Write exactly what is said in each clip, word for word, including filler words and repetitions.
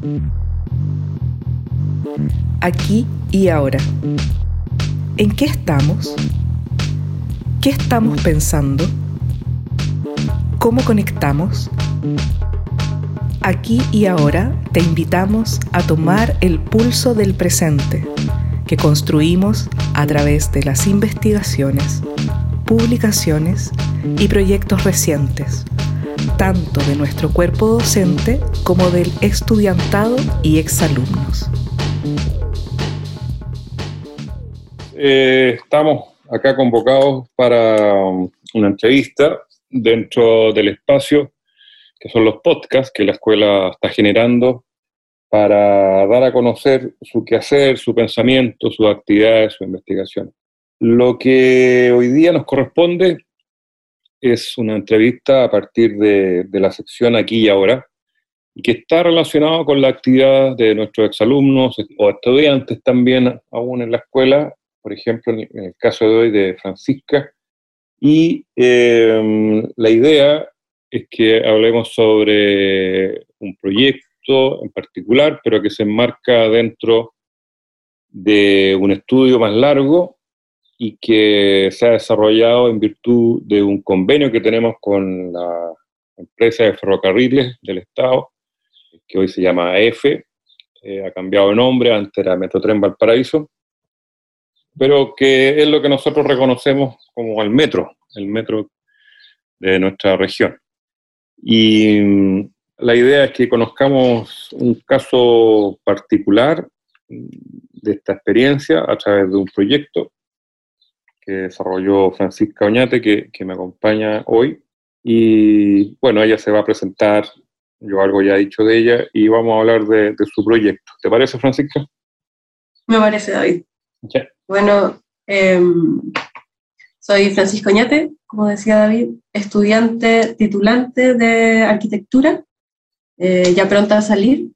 Aquí y ahora. ¿En qué estamos? ¿Qué estamos pensando? ¿Cómo conectamos? Aquí y ahora te invitamos a tomar el pulso del presente que construimos a través de las investigaciones, publicaciones y proyectos recientes, tanto de nuestro cuerpo docente como del estudiantado y exalumnos. Eh, estamos acá convocados para una entrevista dentro del espacio que son los podcasts que la escuela está generando para dar a conocer su quehacer, su pensamiento, sus actividades, su investigación. Lo que hoy día nos corresponde es una entrevista a partir de, de la sección Aquí y Ahora, y que está relacionado con la actividad de nuestros exalumnos o estudiantes también aún en la escuela, por ejemplo, en el caso de hoy de Francisca. Y eh, la idea es que hablemos sobre un proyecto en particular, pero que se enmarca dentro de un estudio más largo y que se ha desarrollado en virtud de un convenio que tenemos con la empresa de ferrocarriles del Estado, que hoy se llama A F, eh, ha cambiado de nombre, antes era Metrotren Valparaíso, pero que es lo que nosotros reconocemos como el metro, el metro de nuestra región. Y la idea es que conozcamos un caso particular de esta experiencia a través de un proyecto que desarrolló Francisca Oñate, que, que me acompaña hoy. Y bueno, ella se va a presentar, yo algo ya he dicho de ella, y vamos a hablar de, de su proyecto. ¿Te parece, Francisca? Me parece, David. Yeah. Bueno, eh, soy Francisca Oñate, como decía David, estudiante titulante de arquitectura, eh, ya pronta a salir,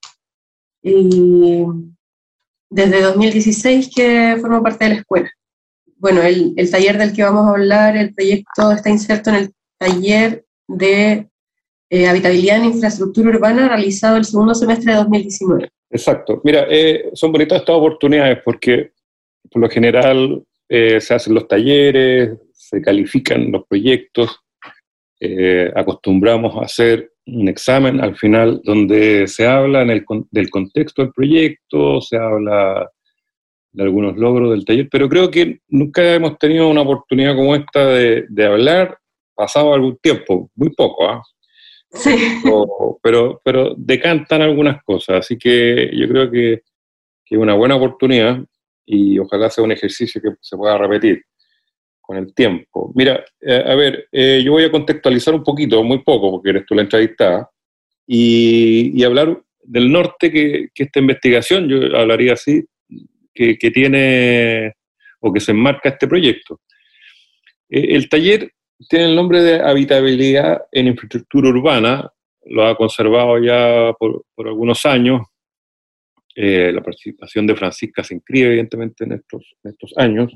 y desde dos mil dieciséis que formo parte de la escuela. Bueno, el, el taller del que vamos a hablar, el proyecto está inserto en el taller de eh, habitabilidad en infraestructura urbana realizado el segundo semestre de dos mil diecinueve. Exacto. Mira, eh, son bonitas estas oportunidades porque por lo general eh, se hacen los talleres, se califican los proyectos, eh, acostumbramos a hacer un examen al final donde se habla en el, del contexto del proyecto, se habla de algunos logros del taller, pero creo que nunca hemos tenido una oportunidad como esta de, de hablar pasado algún tiempo, muy poco, ¿ah? ¿eh? Sí. Pero, pero, pero decantan algunas cosas, así que yo creo que, que es una buena oportunidad y ojalá sea un ejercicio que se pueda repetir con el tiempo. Mira, eh, a ver, eh, yo voy a contextualizar un poquito, muy poco, porque eres tú la entrevistada, y, y hablar del norte que, que esta investigación, yo hablaría así, que, que tiene o que se enmarca este proyecto. Eh, el taller tiene el nombre de Habitabilidad en Infraestructura Urbana, lo ha conservado ya por, por algunos años. Eh, la participación de Francisca se inscribe evidentemente en estos, en estos años,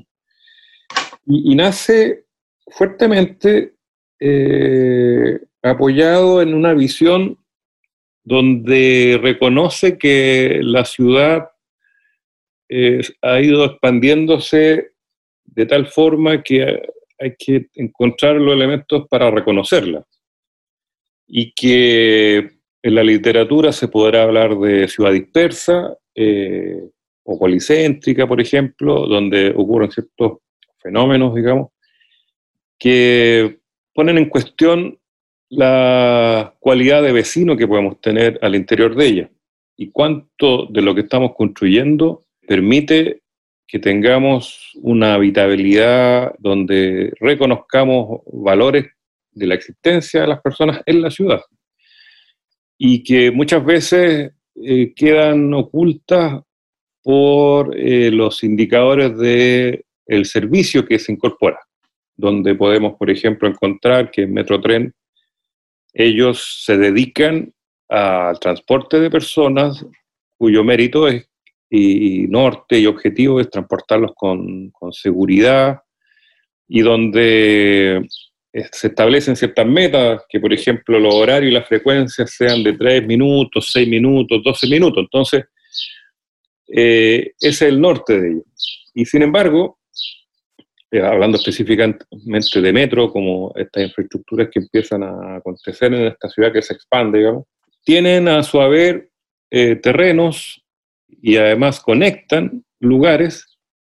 y, y nace fuertemente eh, apoyado en una visión donde reconoce que la ciudad eh, ha ido expandiéndose de tal forma que hay que encontrar los elementos para reconocerla, y que en la literatura se podrá hablar de ciudad dispersa eh, o policéntrica, por ejemplo, donde ocurren ciertos fenómenos, digamos, que ponen en cuestión la cualidad de vecino que podemos tener al interior de ella y cuánto de lo que estamos construyendo permite que tengamos una habitabilidad donde reconozcamos valores de la existencia de las personas en la ciudad y que muchas veces eh, quedan ocultas por eh, los indicadores del servicio que se incorpora, donde podemos, por ejemplo, encontrar que en Metrotren ellos se dedican al transporte de personas cuyo mérito es, y norte y objetivo es transportarlos con, con seguridad, y donde eh, se establecen ciertas metas, que por ejemplo los horarios y las frecuencias sean de tres minutos, seis minutos, doce minutos. Entonces, eh, ese es el norte de ello. Y sin embargo, eh, hablando específicamente de metro, como estas infraestructuras que empiezan a acontecer en esta ciudad que se expande, digamos, tienen a su haber eh, terrenos y además conectan lugares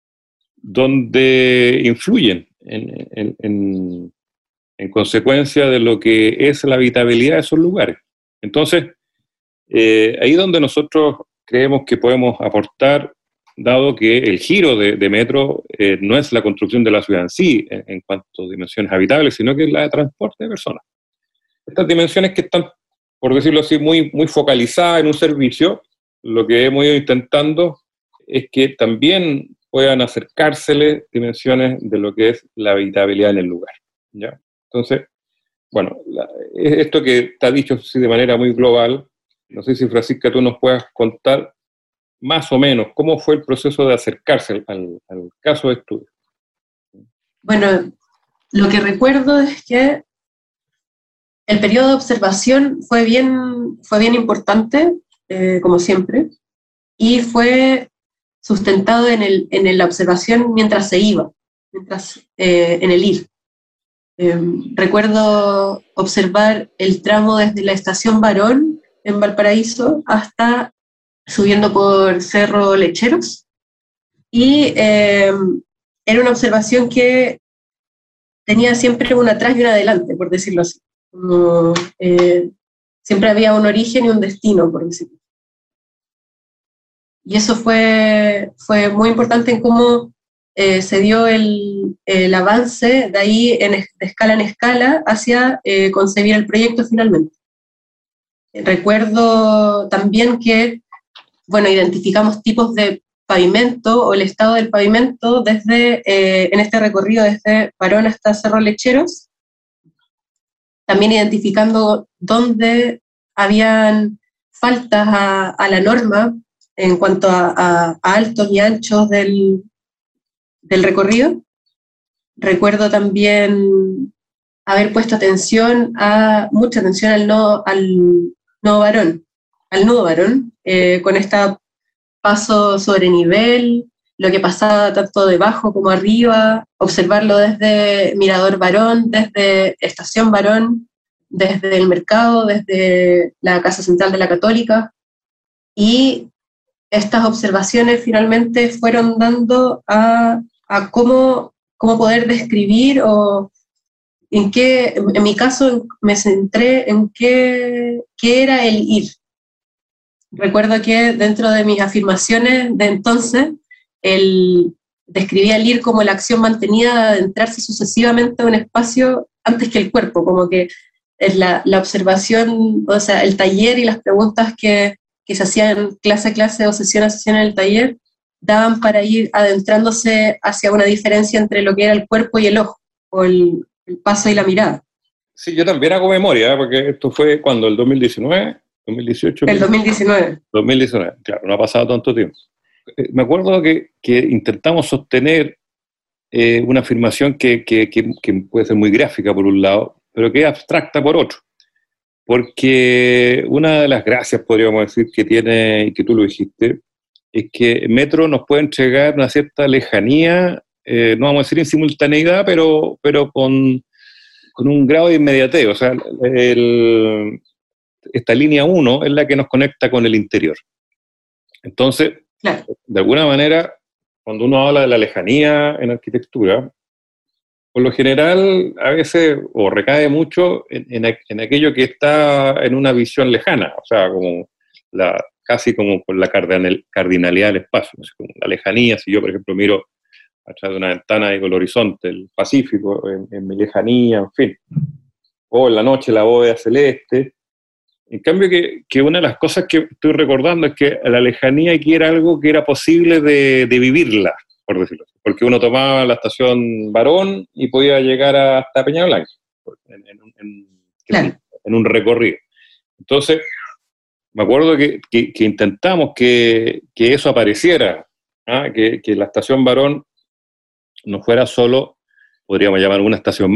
donde influyen en, en, en, en consecuencia de lo que es la habitabilidad de esos lugares. Entonces, eh, ahí donde nosotros creemos que podemos aportar, dado que el giro de, de metro eh, no es la construcción de la ciudad en sí, en, en cuanto a dimensiones habitables, sino que es la de transporte de personas. Estas dimensiones que están, por decirlo así, muy, muy focalizadas en un servicio, lo que hemos ido intentando es que también puedan acercárseles dimensiones de lo que es la habitabilidad en el lugar, ¿ya? Entonces, bueno, la, esto que está dicho así de manera muy global, no sé si Francisca tú nos puedas contar más o menos cómo fue el proceso de acercarse al, al caso de estudio. Bueno, lo que recuerdo es que el periodo de observación fue bien, fue bien importante, eh, como siempre, y fue sustentado en, el, en la observación mientras se iba, mientras, eh, en el ir. Eh, recuerdo observar el tramo desde la estación Barón en Valparaíso hasta subiendo por Cerro Lecheros, y eh, era una observación que tenía siempre un atrás y un adelante, por decirlo así. Como, eh, siempre había un origen y un destino, por decirlo. Y eso fue, fue muy importante en cómo eh, se dio el, el avance de ahí en, de escala en escala hacia eh, concebir el proyecto finalmente. Recuerdo también que, bueno, identificamos tipos de pavimento o el estado del pavimento desde, eh, en este recorrido desde Barón hasta Cerro Lecheros, también identificando dónde habían faltas a, a la norma en cuanto a, a, a altos y anchos del, del recorrido. Recuerdo también haber puesto atención a, mucha atención al nodo, al nodo Barón, al nudo Barón, eh, con este paso sobre nivel, lo que pasaba tanto debajo como arriba, observarlo desde Mirador Barón, desde Estación Barón, desde el mercado, desde la Casa Central de la Católica, y estas observaciones finalmente fueron dando a, a cómo, cómo poder describir o en qué, en mi caso me centré en qué, qué era el ir. Recuerdo que dentro de mis afirmaciones de entonces, el, describía el ir como la acción mantenida de adentrarse sucesivamente a un espacio antes que el cuerpo, como que la, la observación, o sea, el taller y las preguntas que, que se hacían clase a clase o sesión a sesión en el taller, daban para ir adentrándose hacia una diferencia entre lo que era el cuerpo y el ojo, o el, el paso y la mirada. Sí, yo también hago memoria, ¿eh? Porque esto fue cuando, el dos mil diecinueve, dos mil dieciocho. El dos mil diecinueve. dos mil diecinueve, claro, no ha pasado tanto tiempo. Eh, me acuerdo que, que intentamos sostener eh, una afirmación que, que, que, que puede ser muy gráfica por un lado, pero que es abstracta por otro. Porque una de las gracias, podríamos decir, que tiene, y que tú lo dijiste, es que Metro nos puede entregar una cierta lejanía, eh, no vamos a decir en simultaneidad, pero, pero con, con un grado de inmediatez. O sea, el, esta línea uno es la que nos conecta con el interior. Entonces, claro, de alguna manera, cuando uno habla de la lejanía en arquitectura, por lo general, a veces, o recae mucho en, en, en aquello que está en una visión lejana, o sea, como la, casi como con la cardinal, cardinalidad del espacio, ¿no? Como la lejanía. Si yo, por ejemplo, miro a través de una ventana ahí con el horizonte, el Pacífico, en, en mi lejanía, en fin, o en la noche la bóveda celeste. En cambio, que, que una de las cosas que estoy recordando es que la lejanía aquí era algo que era posible de, de vivirla, por decirlo así, porque uno tomaba la estación Barón y podía llegar hasta Peñablanca en, en, en, claro, en un recorrido. Entonces, me acuerdo que, que, que intentamos que, que eso apareciera, ¿ah? que, que la estación Barón no fuera solo, podríamos llamar una estación más,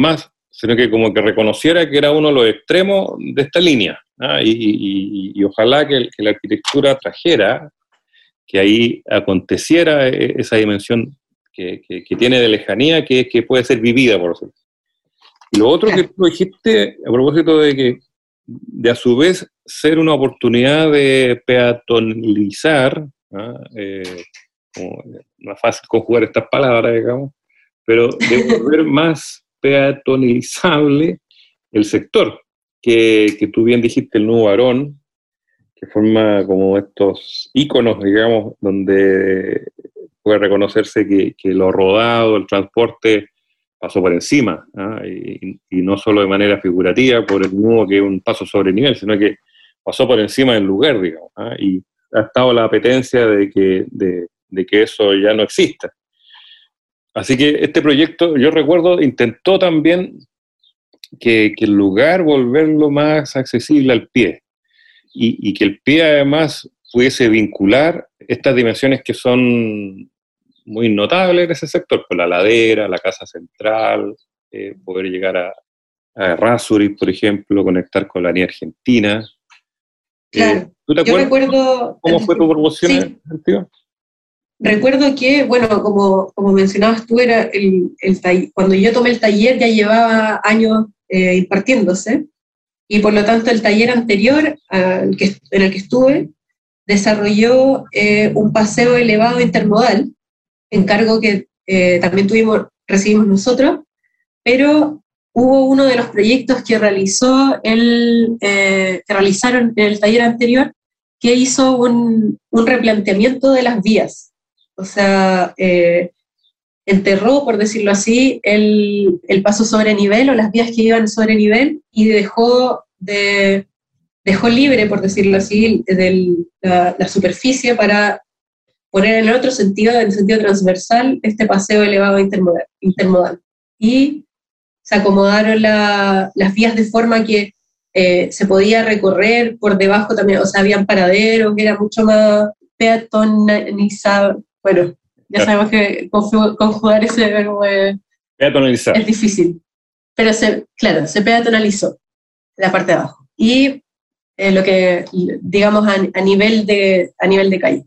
sino que como que reconociera que era uno de los extremos de esta línea, ¿ah? y, y, y ojalá que, que la arquitectura trajera, que ahí aconteciera esa dimensión que, que, que tiene de lejanía, que, que puede ser vivida por nosotros. Y lo otro que tú dijiste, a propósito de que, de a su vez, ser una oportunidad de peatonalizar, ¿ah? eh, como, no es fácil conjugar estas palabras, digamos, pero de volver más peatonalizable el sector, que, que tú bien dijiste, el Nuevo Barón, que forma como estos íconos, digamos, donde puede reconocerse que, que lo rodado, el transporte, pasó por encima, ¿ah? y, y no solo de manera figurativa, por el nudo que es un paso sobre nivel, sino que pasó por encima del lugar, digamos, ¿ah? y ha estado la apetencia de que, de, de que eso ya no exista. Así que este proyecto, yo recuerdo, intentó también que, que el lugar volverlo más accesible al pie, y, y que el pie además pudiese vincular estas dimensiones que son muy notables en ese sector, pues la ladera, la casa central, eh, poder llegar a, a Errázuriz, por ejemplo, conectar con la Avenida Argentina. Claro, eh, ¿tú te yo acuerdas recuerdo... cómo fue tu promoción sí, en ese sentido? Recuerdo que, bueno, como, como mencionabas tú, era el, el taller, cuando yo tomé el taller ya llevaba años eh, impartiéndose, y por lo tanto el taller anterior al que, en el que estuve desarrolló eh, un paseo elevado intermodal, encargo que eh, también tuvimos, recibimos nosotros, pero hubo uno de los proyectos que, realizó el, eh, que realizaron en el taller anterior, que hizo un, un replanteamiento de las vías. O sea, eh, enterró, por decirlo así, el, el paso sobre nivel o las vías que iban sobre nivel y dejó, de, dejó libre, por decirlo así, del, la, la superficie para poner en el otro sentido, en el sentido transversal, este paseo elevado intermodal. intermodal. Y se acomodaron la, las vías de forma que eh, se podía recorrer por debajo también, o sea, habían paraderos, era mucho más peatonalizado. Bueno, ya sabemos que conjugar ese verbo es, Peatonalizar. es difícil, pero se, claro, se peatonalizó la parte de abajo. Y eh, lo que, digamos, a, a, nivel de, a nivel de calle.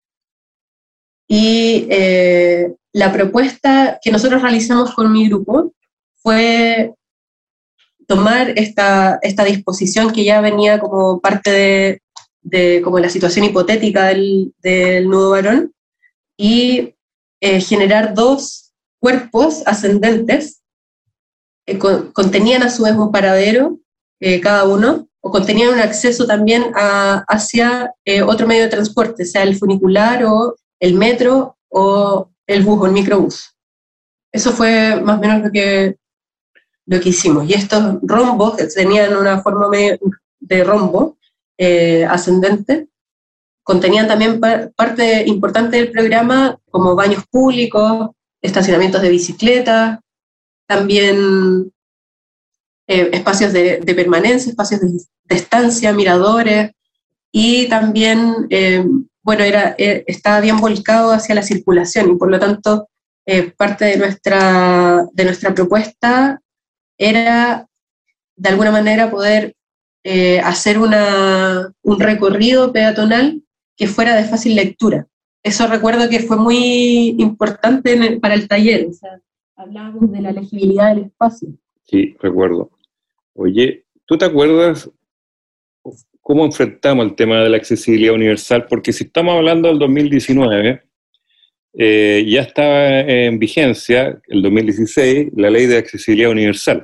Y eh, la propuesta que nosotros realizamos con mi grupo fue tomar esta, esta disposición que ya venía como parte de, de como la situación hipotética del, del Nudo Barón y eh, generar dos cuerpos ascendentes que con, contenían a su vez un paradero eh, cada uno, o contenían un acceso también a, hacia eh, otro medio de transporte, sea el funicular o el metro o el bus o el microbús. Eso fue más o menos lo que, lo que hicimos. Y estos rombos, que tenían una forma de rombo eh, ascendente, contenían también parte importante del programa, como baños públicos, estacionamientos de bicicletas, también eh, espacios de, de permanencia, espacios de, de estancia, miradores, y también, eh, bueno, era, eh, estaba bien volcado hacia la circulación, y por lo tanto, eh, parte de nuestra, de nuestra propuesta era, de alguna manera, poder eh, hacer una, un recorrido peatonal que fuera de fácil lectura. Eso recuerdo que fue muy importante en el, para el taller, o sea, hablábamos de la legibilidad del espacio. Sí, recuerdo. Oye, ¿tú te acuerdas cómo enfrentamos el tema de la accesibilidad universal? Porque si estamos hablando del dos mil diecinueve, eh, ya estaba en vigencia, el dos mil dieciséis, la Ley de Accesibilidad Universal.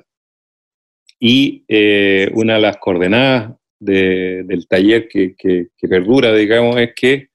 Y eh, una de las coordenadas de, del taller que, que, que perdura, digamos, es que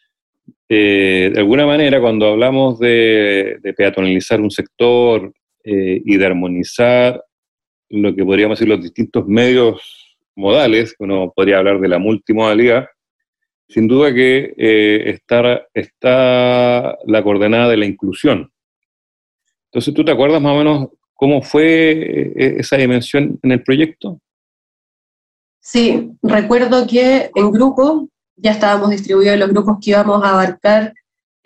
eh, de alguna manera cuando hablamos de, de peatonalizar un sector eh, y de armonizar lo que podríamos decir los distintos medios modales, uno podría hablar de la multimodalidad, sin duda que eh, está, está la coordenada de la inclusión. Entonces, ¿tú te acuerdas más o menos cómo fue esa dimensión en el proyecto? Sí, recuerdo que en grupo ya estábamos distribuidos en los grupos que íbamos a abarcar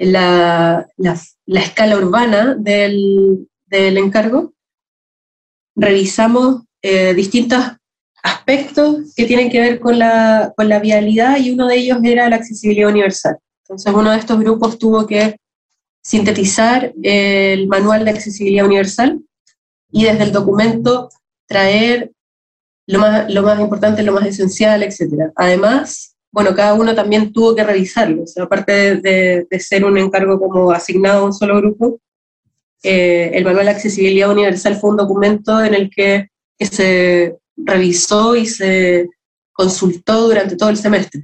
la, la, la escala urbana del, del encargo, revisamos eh, distintos aspectos que tienen que ver con la, con la vialidad, y uno de ellos era la accesibilidad universal. Entonces uno de estos grupos tuvo que sintetizar el manual de accesibilidad universal y desde el documento traer lo más, lo más importante, lo más esencial, etcétera. Además, bueno, cada uno también tuvo que revisarlo, o sea, aparte de, de, de ser un encargo como asignado a un solo grupo, eh, el manual de accesibilidad universal fue un documento en el que, que se revisó y se consultó durante todo el semestre.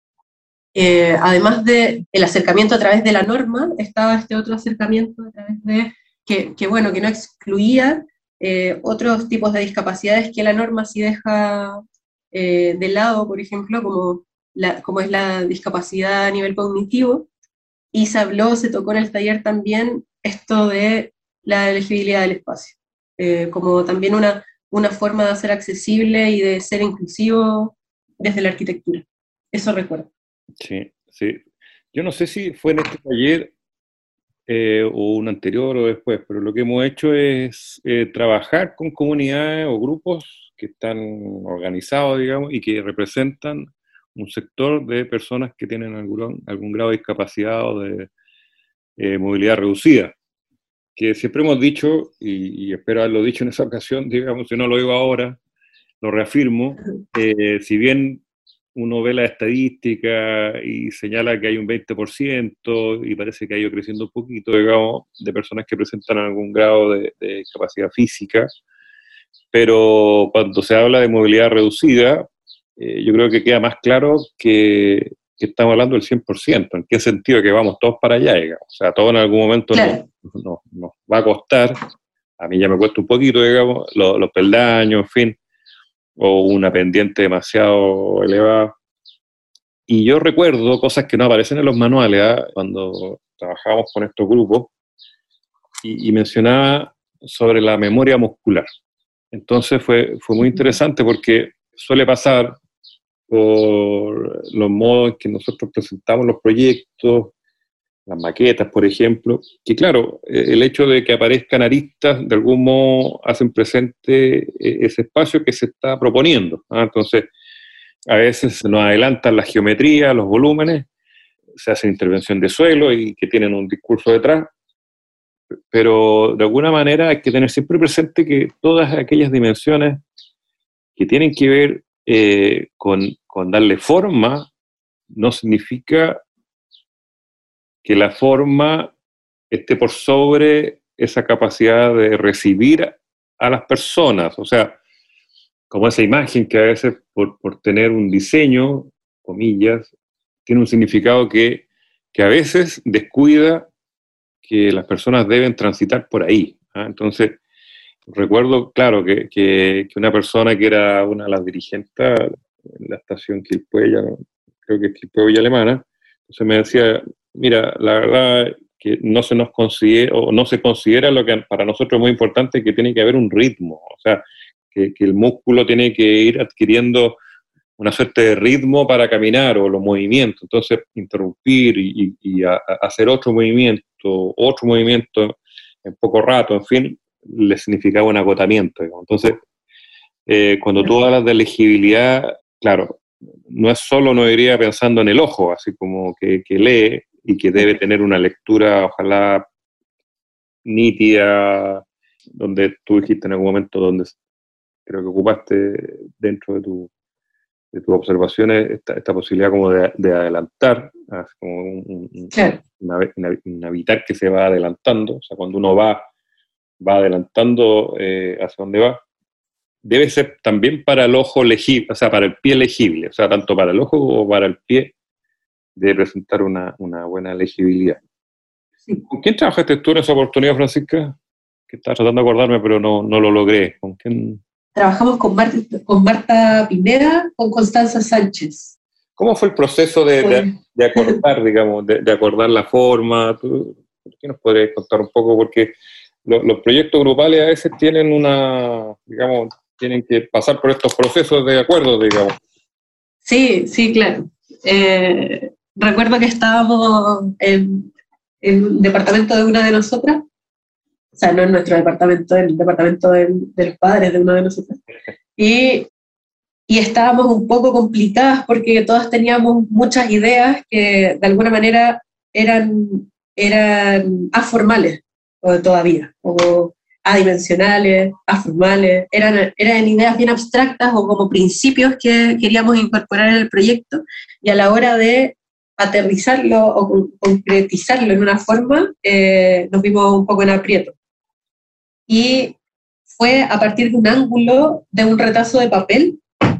Eh, además del acercamiento a través de la norma, estaba este otro acercamiento a través de, que, que bueno, que no excluía eh, otros tipos de discapacidades que la norma sí deja eh, de lado, por ejemplo, como, la, como es la discapacidad a nivel cognitivo, y se habló, se tocó en el taller también esto de la elegibilidad del espacio, eh, como también una, una forma de hacer accesible y de ser inclusivo desde la arquitectura. Eso recuerdo. Sí, sí. Yo no sé si fue en este taller eh, o un anterior o después, pero lo que hemos hecho es eh, trabajar con comunidades o grupos que están organizados, digamos, y que representan un sector de personas que tienen algún, algún grado de discapacidad o de eh, movilidad reducida. Que siempre hemos dicho, y, y espero haberlo dicho en esa ocasión, digamos, si no lo digo ahora, lo reafirmo, eh, si bien uno ve la estadística y señala que hay un veinte por ciento y parece que ha ido creciendo un poquito, digamos, de personas que presentan algún grado de, de discapacidad física, pero cuando se habla de movilidad reducida, eh, yo creo que queda más claro que, que estamos hablando del cien por ciento. ¿En qué sentido? Que vamos todos para allá, digamos. O sea, todo en algún momento claro. nos, nos, nos va a costar, a mí ya me cuesta un poquito, digamos, los, los peldaños, en fin, o una pendiente demasiado elevada. Y yo recuerdo cosas que no aparecen en los manuales, ¿eh? Cuando trabajábamos con estos grupos, y, y mencionaba sobre la memoria muscular. Entonces fue, fue muy interesante porque suele pasar por los modos en que nosotros presentamos los proyectos, las maquetas, por ejemplo, que claro, el hecho de que aparezcan aristas de algún modo hacen presente ese espacio que se está proponiendo, ¿eh? Entonces, a veces se nos adelantan las geometrías, los volúmenes, se hace intervención de suelo y que tienen un discurso detrás, pero de alguna manera hay que tener siempre presente que todas aquellas dimensiones que tienen que ver eh, con, con darle forma, no significa que la forma esté por sobre esa capacidad de recibir a las personas, o sea, como esa imagen que a veces por, por tener un diseño, comillas, tiene un significado que, que a veces descuida que las personas deben transitar por ahí, ¿eh? Entonces, recuerdo, claro, que, que, que una persona que era una de las dirigentes en la estación Quilpué, creo que es Quilpué Villa Alemana, entonces me decía, mira, la verdad que no se nos considera, o no se considera lo que para nosotros es muy importante, que tiene que haber un ritmo, o sea, que, que el músculo tiene que ir adquiriendo una suerte de ritmo para caminar, o los movimientos. Entonces, interrumpir y, y a, a hacer otro movimiento, otro movimiento en poco rato, en fin, le significaba un agotamiento, digamos. Entonces, eh, cuando tú hablas de legibilidad, claro, no es solo, no iría pensando en el ojo, así como que, que lee y que debe tener una lectura, ojalá nítida, donde tú dijiste en algún momento, donde creo que ocupaste dentro de tu de tus observaciones esta, esta posibilidad como de, de adelantar, como un, un, claro. una, una, un habitar que se va adelantando, o sea, cuando uno va, va adelantando eh, hacia dónde va, debe ser también para el ojo legible, o sea, para el pie legible, o sea, tanto para el ojo como para el pie debe presentar una, una buena legibilidad. Sí. ¿Con quién trabajaste tú en esa oportunidad, Francisca? Que estaba tratando de acordarme, pero no, no lo logré. ¿Con quién? Trabajamos con Marta, con Marta Pineda, con Constanza Sánchez. ¿Cómo fue el proceso de, de, de acordar, digamos, de, de acordar la forma? ¿Tú, ¿Qué nos podrías contar un poco? Porque lo, los proyectos grupales a veces tienen una, digamos, tienen que pasar por estos procesos de acuerdo, digamos. Sí, sí, claro. Eh, recuerdo que estábamos en, en un departamento de una de nosotras o sea, no en nuestro departamento, en el departamento de, de los padres de uno de nosotros. Y, y estábamos un poco complicadas porque todas teníamos muchas ideas que de alguna manera eran, eran aformales o todavía, o adimensionales, aformales, eran, eran ideas bien abstractas o como principios que queríamos incorporar en el proyecto, y a la hora de aterrizarlo o concretizarlo en una forma, eh, nos vimos un poco en aprieto. Y fue a partir de un ángulo de un retazo de papel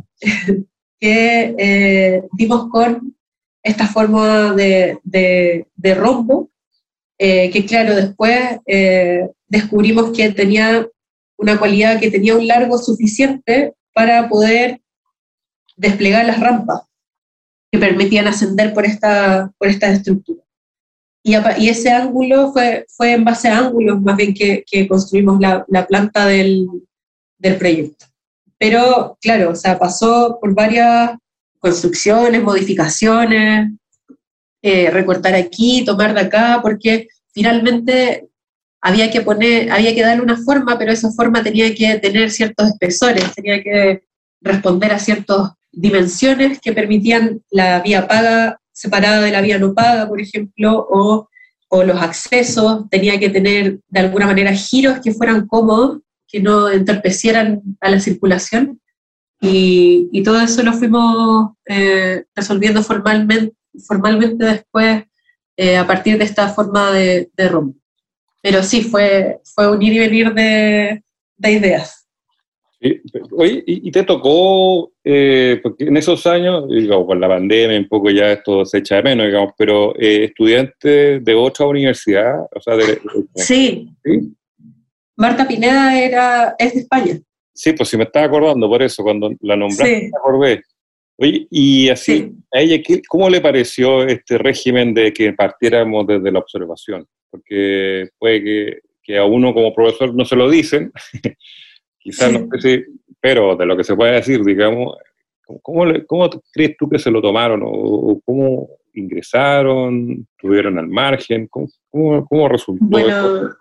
que eh, dimos con esta forma de, de, de rombo, eh, que claro, después eh, descubrimos que tenía una cualidad, que tenía un largo suficiente para poder desplegar las rampas que permitían ascender por esta, por esta estructura. Y, a, y ese ángulo fue, fue en base a ángulos más bien que, que construimos la, la planta del, del proyecto. Pero claro, o sea, pasó por varias construcciones, modificaciones, eh, recortar aquí, tomar de acá, porque finalmente había que poner, había que darle una forma, pero esa forma tenía que tener ciertos espesores, tenía que responder a ciertas dimensiones que permitían la vía paga separada de la vía no paga, por ejemplo, o, o los accesos, tenía que tener de alguna manera giros que fueran cómodos, que no entorpecieran a la circulación, y, y todo eso lo fuimos eh, resolviendo formalmente, formalmente después eh, a partir de esta forma de, de rombo. Pero sí, fue, fue un ir y venir de, de ideas. Sí. Oye, ¿y, y te tocó, eh, porque en esos años, digamos, con la pandemia un poco ya esto se echa de menos, digamos, pero eh, estudiantes de otra universidad, o sea, de, de, sí. ¿sí? Marta Pineda era, es de España. Sí, pues sí me estaba acordando por eso, cuando la nombraste sí. me acordé. Oye, y así, sí. ¿A ella qué, cómo le pareció este régimen de que partiéramos desde la observación? Porque puede que, que a uno como profesor no se lo dicen, quizás sí. no sé si, pero de lo que se puede decir, digamos, ¿cómo, le, cómo crees tú que se lo tomaron? ¿O cómo ingresaron? ¿Estuvieron al margen? ¿Cómo, cómo, cómo resultó bueno, esto?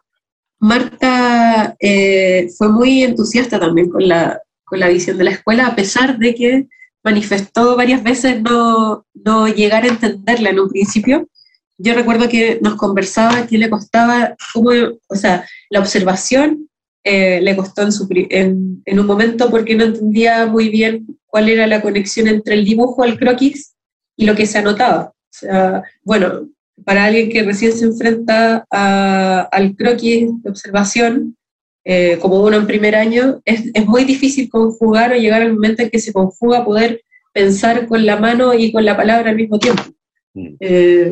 Marta eh, fue muy entusiasta también con la, con la visión de la escuela, a pesar de que manifestó varias veces no, no llegar a entenderla en un principio. Yo recuerdo que nos conversaba que le costaba, como, o sea, la observación eh, le costó en, su, en, en un momento porque no entendía muy bien cuál era la conexión entre el dibujo, el croquis y lo que se anotaba. O sea, bueno, para alguien que recién se enfrenta a, al croquis de observación, eh, como uno en primer año, es, es muy difícil conjugar o llegar al momento en que se conjuga poder pensar con la mano y con la palabra al mismo tiempo. Mm. Eh,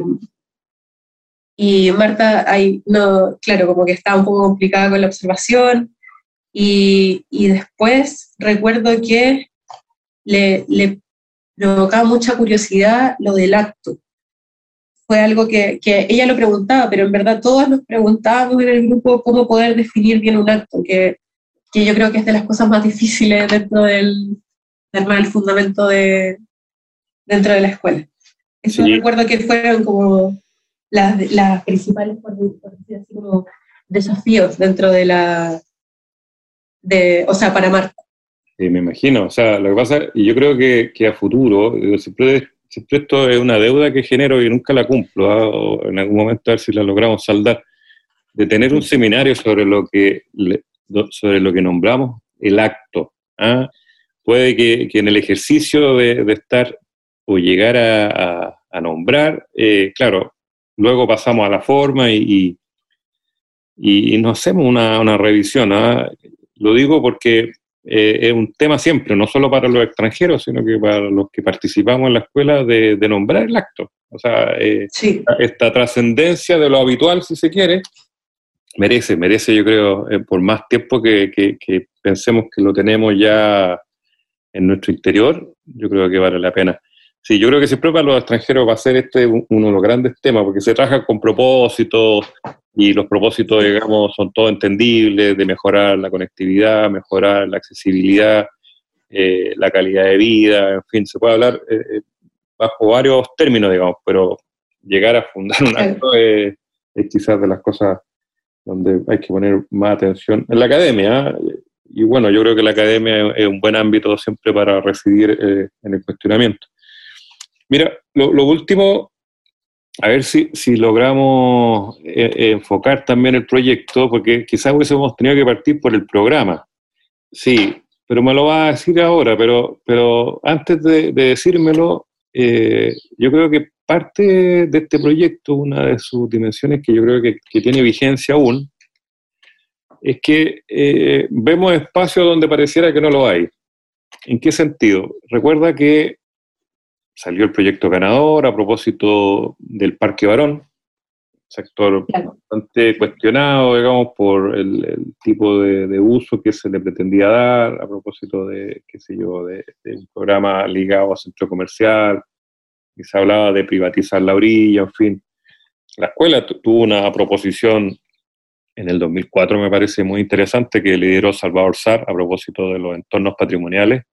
y Marta, ahí, no, claro, como que estaba un poco complicada con la observación, y, y después recuerdo que le, le provocaba mucha curiosidad lo del acto. Fue algo que, que ella lo preguntaba, pero en verdad todos nos preguntábamos en el grupo cómo poder definir bien un acto, que, que yo creo que es de las cosas más difíciles dentro del, del fundamento de, dentro de la escuela. Eso sí. Recuerdo que fueron como las, las principales, por decir así, como desafíos dentro de la, de, o sea, para Marta. Sí, me imagino, o sea, lo que pasa, y yo creo que, que a futuro, siempre, siempre esto es una deuda que genero y nunca la cumplo, ¿eh? O en algún momento a ver si la logramos saldar, de tener un seminario sobre lo que, sobre lo que nombramos el acto. ¿eh? Puede que, que en el ejercicio de, de estar o llegar a, a, a nombrar, eh, claro, luego pasamos a la forma y, y, y nos hacemos una, una revisión. ¿eh? Lo digo porque eh, es un tema siempre, no solo para los extranjeros, sino que para los que participamos en la escuela, de, de nombrar el acto. O sea, eh, sí. esta trascendencia de lo habitual, si se quiere, merece, merece yo creo, eh, por más tiempo que, que, que pensemos que lo tenemos ya en nuestro interior, yo creo que vale la pena. Sí, yo creo que siempre para los extranjeros va a ser este uno de los grandes temas, porque se trabaja con propósitos, y los propósitos, digamos, son todos entendibles, de mejorar la conectividad, mejorar la accesibilidad, eh, la calidad de vida, en fin, se puede hablar eh, bajo varios términos, digamos, pero llegar a fundar un acto es, es quizás de las cosas donde hay que poner más atención en la academia, ¿eh? Y bueno, yo creo que la academia es un buen ámbito siempre para residir eh, en el cuestionamiento. Mira, lo, lo último, a ver si, si logramos eh, enfocar también el proyecto, porque quizás hubiésemos tenido que partir por el programa. Sí, pero me lo va a decir ahora, pero, pero antes de, de decírmelo, eh, yo creo que parte de este proyecto, una de sus dimensiones que yo creo que, que tiene vigencia aún, es que eh, vemos espacios donde pareciera que no lo hay. ¿En qué sentido? Recuerda que salió el proyecto ganador a propósito del Parque Barón, sector claro. bastante cuestionado, digamos, por el, el tipo de, de uso que se le pretendía dar, a propósito de, qué sé yo, de, de un programa ligado a centro comercial, y se hablaba de privatizar la orilla, en fin. La escuela tuvo una proposición en el dos mil cuatro, me parece muy interesante, que lideró Salvador Sarr a propósito de los entornos patrimoniales,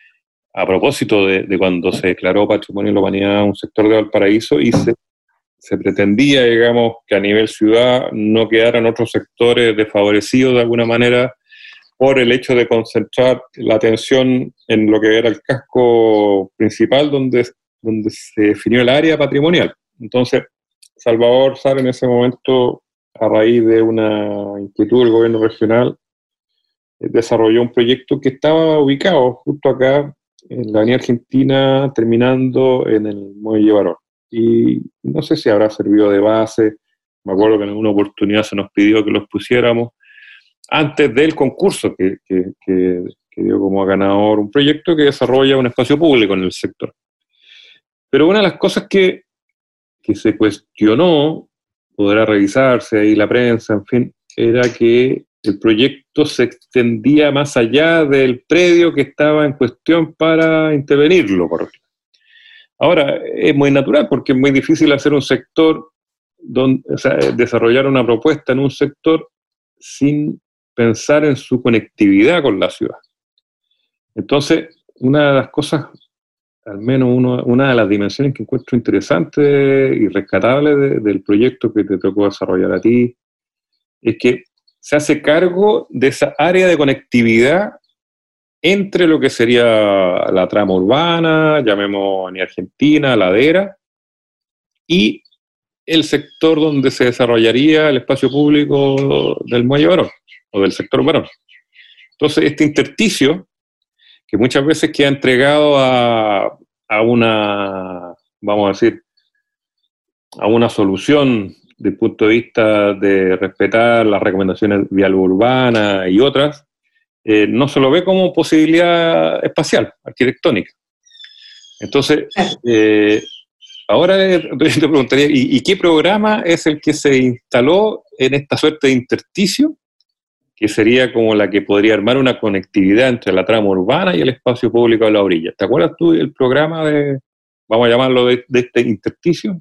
a propósito de, de cuando se declaró Patrimonio de la Humanidad un sector de Valparaíso, y se, se pretendía, digamos, que a nivel ciudad no quedaran otros sectores desfavorecidos de alguna manera por el hecho de concentrar la atención en lo que era el casco principal donde, donde se definió el área patrimonial. Entonces, Salvador Sarr en ese momento, a raíz de una inquietud del gobierno regional, desarrolló un proyecto que estaba ubicado justo acá en la Avenida Argentina, terminando en el Muelle Barón. Y no sé si habrá servido de base, me acuerdo que en alguna oportunidad se nos pidió que los pusiéramos, antes del concurso que, que, que, que dio como ganador un proyecto que desarrolla un espacio público en el sector. Pero una de las cosas que, que se cuestionó, podrá revisarse ahí la prensa, en fin, era que el proyecto se extendía más allá del predio que estaba en cuestión para intervenirlo. Ahora, es muy natural porque es muy difícil hacer un sector, donde, o sea, desarrollar una propuesta en un sector sin pensar en su conectividad con la ciudad. Entonces, una de las cosas, al menos uno, una de las dimensiones que encuentro interesante y rescatable de, del proyecto que te tocó desarrollar a ti, es que se hace cargo de esa área de conectividad entre lo que sería la trama urbana, llamemos Avenida Argentina, Ladera, y el sector donde se desarrollaría el espacio público del Muelle Barón, o del sector Barón. Entonces, este intersticio, que muchas veces queda entregado a, a una, vamos a decir, a una solución desde el punto de vista de respetar las recomendaciones vial urbana y otras, eh, no se lo ve como posibilidad espacial, arquitectónica. Entonces, eh, ahora te preguntaría, ¿y, ¿y qué programa es el que se instaló en esta suerte de intersticio, que sería como la que podría armar una conectividad entre la trama urbana y el espacio público de la orilla? ¿Te acuerdas tú del programa de, vamos a llamarlo, de, de este intersticio?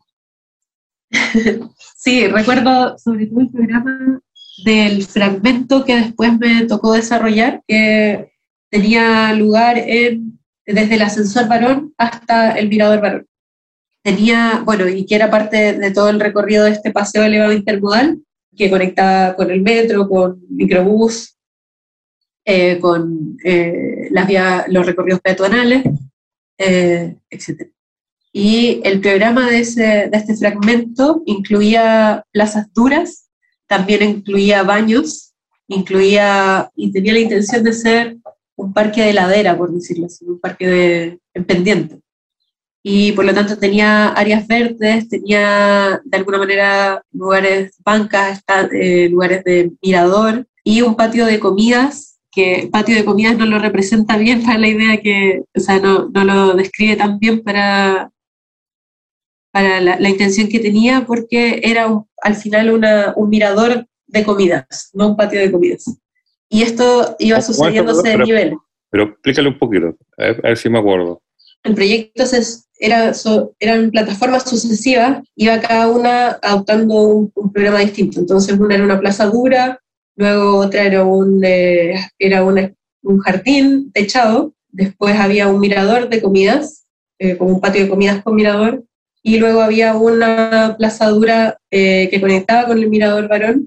Sí, recuerdo sobre todo el programa del fragmento que después me tocó desarrollar, que tenía lugar en, desde el ascensor Barón hasta el mirador Barón. Tenía, bueno, y que era parte de todo el recorrido de este paseo elevado intermodal, que conectaba con el metro, con microbús, eh, con eh, las vías, los recorridos peatonales, eh, etcétera. Y el programa de, ese, de este fragmento incluía plazas duras, también incluía baños, incluía, y tenía la intención de ser un parque de ladera, por decirlo así, un parque de, en pendiente. Y por lo tanto tenía áreas verdes, tenía de alguna manera lugares, bancas, eh, lugares de mirador, y un patio de comidas, que el patio de comidas no lo representa bien para la idea que, o sea, no, no lo describe tan bien para... para la, la intención que tenía, porque era un, al final una, un mirador de comidas, no un patio de comidas. Y esto iba sucediéndose de nivel. Pero explícale un poquito, a ver, a ver si me acuerdo. El proyecto se, era, so, eran plataformas sucesivas, iba cada una adoptando un, un programa distinto. Entonces una era una plaza dura, luego otra era un, eh, era una, un jardín techado, después había un mirador de comidas, eh, como un patio de comidas con mirador, y luego había una plaza dura eh, que conectaba con el mirador Barón,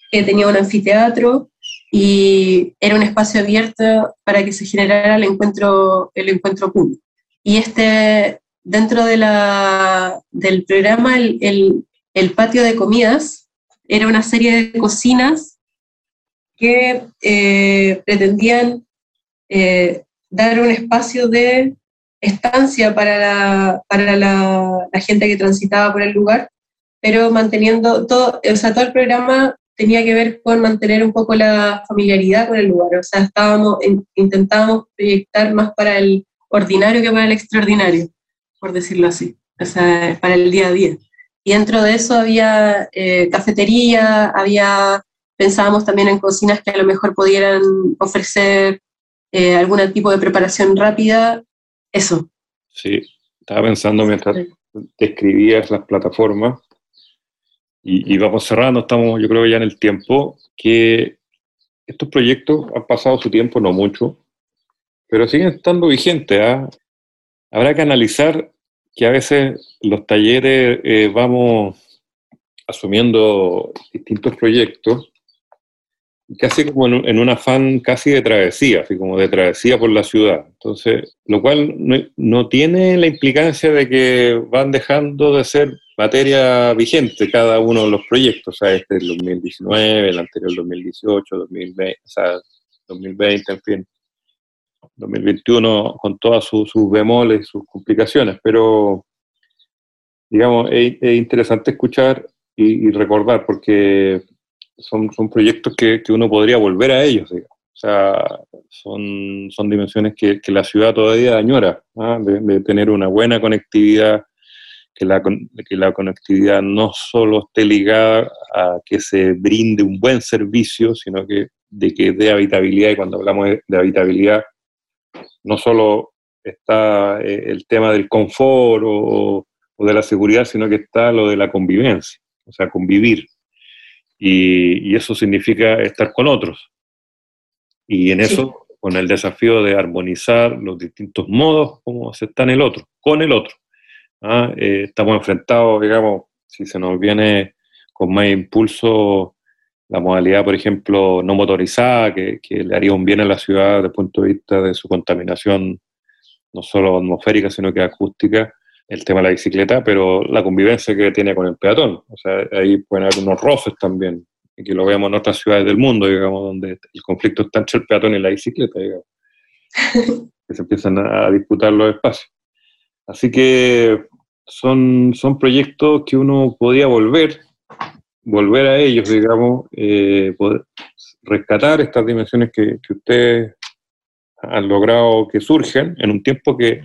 que tenía un anfiteatro y era un espacio abierto para que se generara el encuentro, el encuentro público. Y este, dentro de la, del programa, el, el, el patio de comidas era una serie de cocinas que eh, pretendían eh, dar un espacio de estancia para, la, para la, la gente que transitaba por el lugar, pero manteniendo todo, o sea, todo el programa tenía que ver con mantener un poco la familiaridad con el lugar, o sea, estábamos, en, intentábamos proyectar más para el ordinario que para el extraordinario, por decirlo así, o sea, para el día a día. Y dentro de eso había eh, cafetería, había, pensábamos también en cocinas que a lo mejor pudieran ofrecer eh, algún tipo de preparación rápida, eso. Sí, estaba pensando mientras describías las plataformas, y, y vamos cerrando, estamos yo creo ya en el tiempo, que estos proyectos han pasado su tiempo, no mucho, pero siguen estando vigentes, ¿eh? Habrá que analizar que a veces los talleres eh, vamos asumiendo distintos proyectos, casi como en, en un afán casi de travesía, así como de travesía por la ciudad. Entonces, lo cual no, no tiene la implicancia de que van dejando de ser materia vigente cada uno de los proyectos, o sea, este es el dos mil diecinueve, el anterior dos mil dieciocho, dos mil veinte, o sea, dos mil veinte, en fin, dos mil veintiuno con todas sus, sus bemoles y sus complicaciones, pero digamos, es, es interesante escuchar y, y recordar, porque son, son proyectos que, que uno podría volver a ellos, digamos. O sea, son, son dimensiones que, que la ciudad todavía añora, ¿ah? de, de tener una buena conectividad, que la, que la conectividad no solo esté ligada a que se brinde un buen servicio, sino que de que dé habitabilidad, y cuando hablamos de, de habitabilidad, no solo está el tema del confort o, o de la seguridad, sino que está lo de la convivencia, o sea, convivir. Y, y eso significa estar con otros. Y en eso, sí, con el desafío de armonizar los distintos modos como se está en el otro, con el otro. ¿Ah? Eh, estamos enfrentados, digamos, si se nos viene con más impulso la modalidad, por ejemplo, no motorizada, que, que le haría un bien a la ciudad desde el punto de vista de su contaminación, no solo atmosférica, sino que acústica, el tema de la bicicleta, pero la convivencia que tiene con el peatón. O sea, ahí pueden haber unos roces también, y que lo vemos en otras ciudades del mundo, digamos, donde el conflicto está entre el peatón y la bicicleta, digamos, que se empiezan a disputar los espacios. Así que son, son proyectos que uno podía volver, volver a ellos, digamos, eh, poder rescatar estas dimensiones que, que ustedes han logrado que surgen en un tiempo que,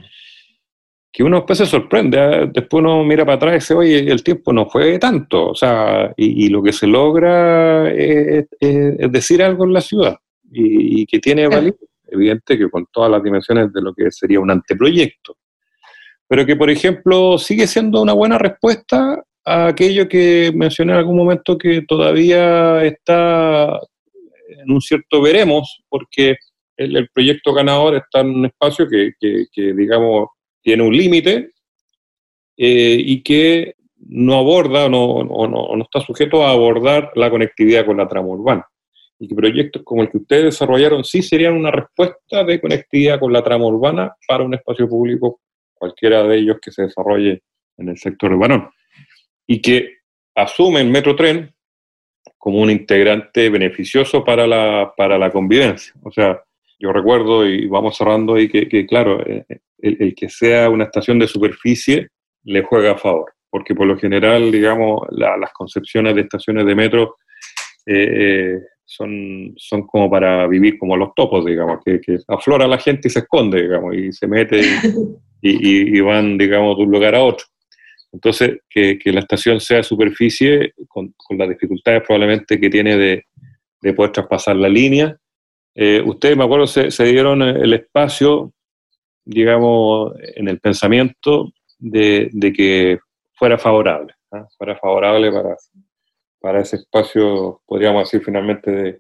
que uno después se sorprende, ¿eh? Después uno mira para atrás y dice, oye, el tiempo no fue tanto, o sea, y, y lo que se logra es, es, es decir algo en la ciudad, y, y que tiene validez, evidente que con todas las dimensiones de lo que sería un anteproyecto, pero que, por ejemplo, sigue siendo una buena respuesta a aquello que mencioné en algún momento, que todavía está en un cierto veremos, porque el, el proyecto ganador está en un espacio que, que, que digamos, tiene un límite eh, y que no aborda o no, no, no, no está sujeto a abordar la conectividad con la trama urbana. Y que proyectos como el que ustedes desarrollaron sí serían una respuesta de conectividad con la trama urbana para un espacio público, cualquiera de ellos que se desarrolle en el sector urbano, y que asumen Metrotren como un integrante beneficioso para la, para la convivencia. O sea, yo recuerdo, y vamos cerrando ahí, que, que claro, el, el que sea una estación de superficie le juega a favor, porque por lo general, digamos, la, las concepciones de estaciones de metro eh, son, son como para vivir como los topos, digamos, que, que aflora la gente y se esconde, digamos, y se mete y, y, y van, digamos, de un lugar a otro. Entonces, que, que la estación sea de superficie, con, con las dificultades probablemente que tiene de, de poder traspasar la línea. Eh, ustedes, me acuerdo, se, se dieron el espacio, digamos, en el pensamiento de, de que fuera favorable, ¿eh? fuera favorable para, para ese espacio, podríamos decir, finalmente, de,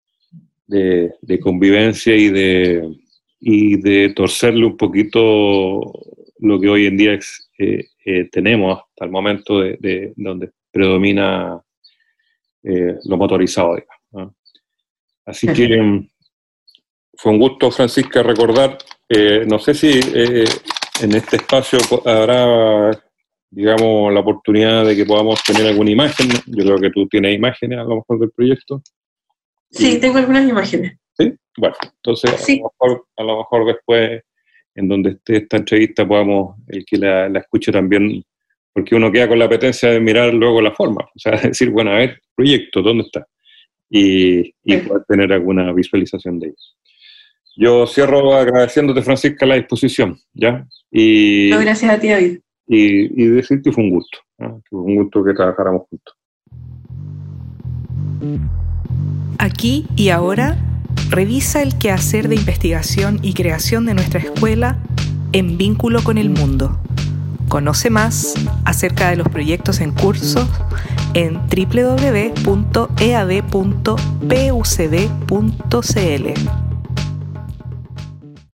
de, de convivencia y de, y de torcerle un poquito lo que hoy en día es, eh, eh, tenemos hasta el momento de, de donde predomina eh, lo motorizado, digamos, ¿no? Así que um, fue un gusto, Francisca, recordar, eh, no sé si eh, en este espacio habrá, digamos, la oportunidad de que podamos tener alguna imagen. Yo creo que tú tienes imágenes a lo mejor del proyecto. Sí, y, tengo algunas imágenes. ¿Sí? Bueno, entonces sí. a, lo mejor, a lo mejor después, en donde esté esta entrevista, podamos, el que la, la escuche también, porque uno queda con la apetencia de mirar luego la forma, o sea, decir, bueno, a ver, proyecto, ¿dónde está? Y, y sí. poder tener alguna visualización de ellos. Yo cierro agradeciéndote, Francisca, la disposición, ¿ya? Y, no, gracias a ti, David. Y, y decir que fue un gusto, ¿no? Que fue un gusto que trabajáramos juntos. Aquí y ahora, revisa el quehacer de investigación y creación de nuestra escuela en vínculo con el mundo. Conoce más acerca de los proyectos en curso en doble u doble u doble u punto e a d punto p u c d punto c l.